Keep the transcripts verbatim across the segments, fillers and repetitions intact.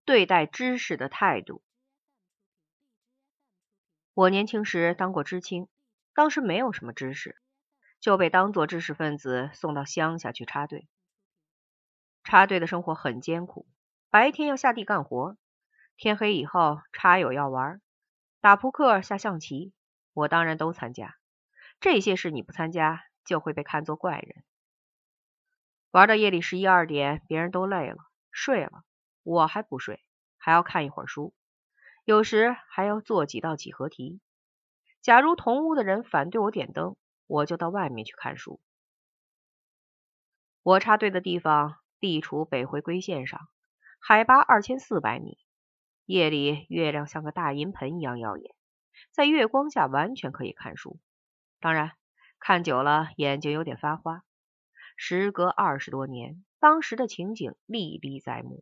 对待知识的态度。我年轻时当过知青，当时没有什么知识，就被当作知识分子送到乡下去插队。插队的生活很艰苦，白天要下地干活，天黑以后插友要玩，打扑克、下象棋，我当然都参加。这些事你不参加，就会被看作怪人。玩到夜里十一二点，别人都累了，睡了，我还不睡，还要看一会儿书，有时还要做几道几何题。假如同屋的人反对我点灯，我就到外面去看书。我插队的地方地处北回归线上，海拔二千四百米，夜里月亮像个大银盆一样耀眼，在月光下完全可以看书。当然，看久了眼睛有点发花。时隔二十多年，当时的情景历历在目。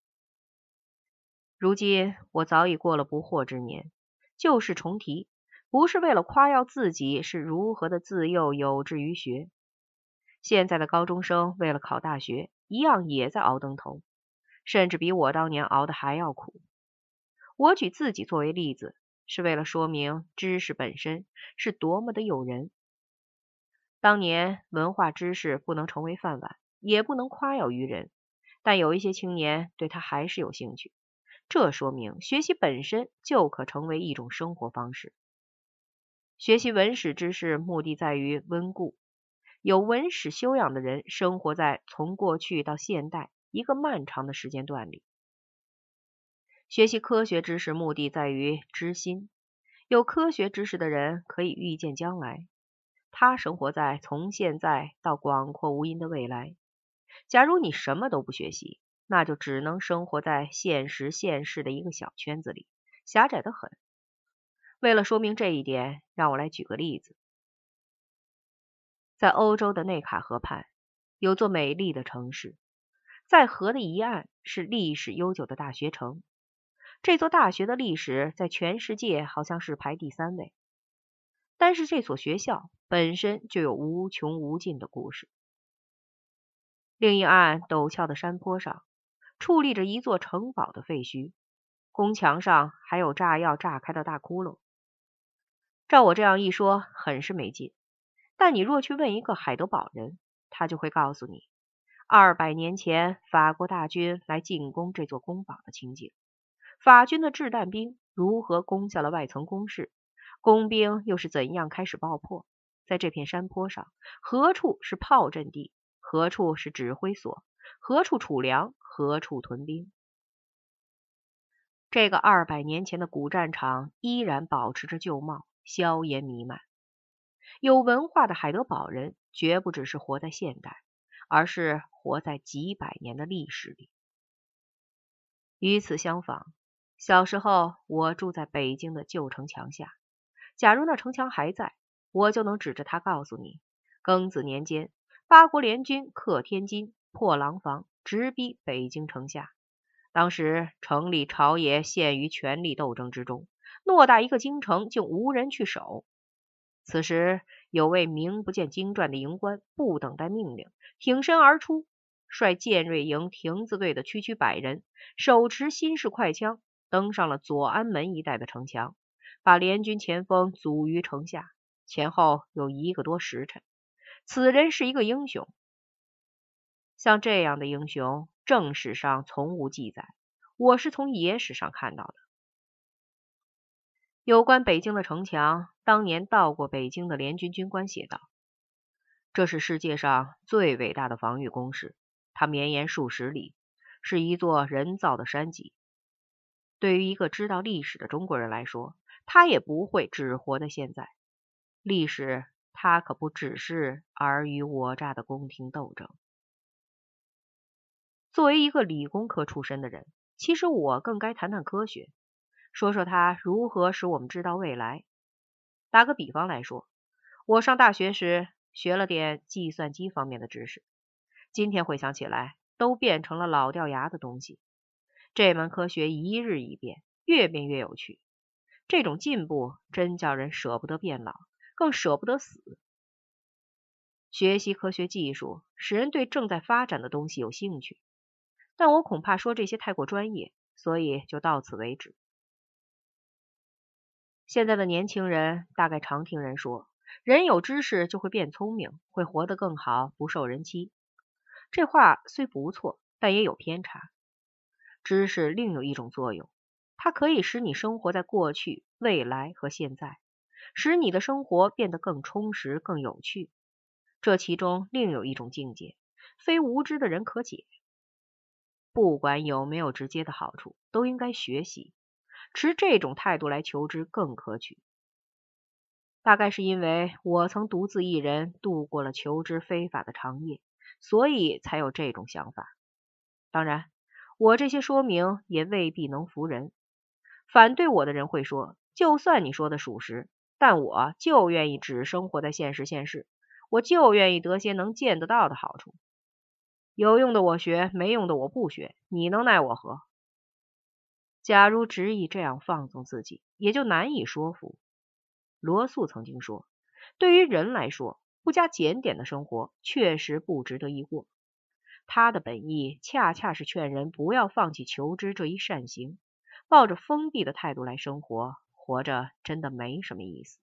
如今我早已过了不惑之年，旧事重提，不是为了夸耀自己是如何的自幼有志于学。现在的高中生为了考大学，一样也在熬灯头，甚至比我当年熬的还要苦。我举自己作为例子，是为了说明知识本身是多么的诱人。当年文化知识不能成为饭碗，也不能夸耀于人，但有一些青年对它还是有兴趣，这说明学习本身就可成为一种生活方式。学习文史知识目的在于温故，有文史修养的人生活在从过去到现代一个漫长的时间段里。学习科学知识目的在于知新，有科学知识的人可以预见将来，他生活在从现在到广阔无垠的未来。假如你什么都不学习，那就只能生活在现实现世的一个小圈子里，狭窄得很。为了说明这一点，让我来举个例子。在欧洲的内卡河畔，有座美丽的城市，在河的一岸是历史悠久的大学城。这座大学的历史在全世界好像是排第三位，但是这所学校本身就有无穷无尽的故事。另一岸陡峭的山坡上，矗立着一座城堡的废墟，宫墙上还有炸药炸开的大窟窿。照我这样一说，很是没劲，但你若去问一个海德堡人，他就会告诉你，二百年前法国大军来进攻这座宫堡的情景，法军的掷弹兵如何攻下了外层工事，工兵又是怎样开始爆破。在这片山坡上，何处是炮阵地，何处是指挥所，何处储粮，何处屯兵。这个二百年前的古战场依然保持着旧貌，硝烟弥漫。有文化的海德堡人绝不只是活在现代，而是活在几百年的历史里。与此相仿，小时候我住在北京的旧城墙下，假如那城墙还在，我就能指着它告诉你，庚子年间，八国联军克天津，破廊坊，直逼北京城下。当时城里朝野陷于权力斗争之中，偌大一个京城竟无人去守。此时有位名不见经传的营官，不等待命令，挺身而出，率建瑞营亭子队的区区百人，手持新式快枪，登上了左安门一带的城墙，把联军前锋阻于城下，前后有一个多时辰。此人是一个英雄。像这样的英雄，正史上从无记载，我是从野史上看到的。有关北京的城墙，当年到过北京的联军军官写道，这是世界上最伟大的防御工事，它绵延数十里，是一座人造的山脊。对于一个知道历史的中国人来说，他也不会只活在现在。历史它可不只是尔虞我诈的宫廷斗争。作为一个理工科出身的人，其实我更该谈谈科学，说说它如何使我们知道未来。打个比方来说，我上大学时学了点计算机方面的知识，今天回想起来都变成了老掉牙的东西。这门科学一日一变，越变越有趣。这种进步真叫人舍不得变老，更舍不得死。学习科学技术使人对正在发展的东西有兴趣，但我恐怕说这些太过专业， 所以就到此为止。现在的年轻人大概常听人说，人有知识就会变聪明，会活得更好，不受人欺。这话虽不错，但也有偏差。知识另有一种作用，它可以使你生活在过去、未来和现在，使你的生活变得更充实、更有趣。这其中另有一种境界，非无知的人可解。不管有没有直接的好处，都应该学习。持这种态度来求知更可取。大概是因为我曾独自一人度过了求知非法的长夜，所以才有这种想法。当然，我这些说明也未必能服人。反对我的人会说，就算你说的属实，但我就愿意只生活在现实现世，我就愿意得些能见得到的好处。有用的我学，没用的我不学，你能奈我何？假如执意这样放纵自己，也就难以说服。罗素曾经说，对于人来说，不加检点的生活确实不值得一过。他的本意恰恰是劝人不要放弃求知这一善行，抱着封闭的态度来生活，活着真的没什么意思。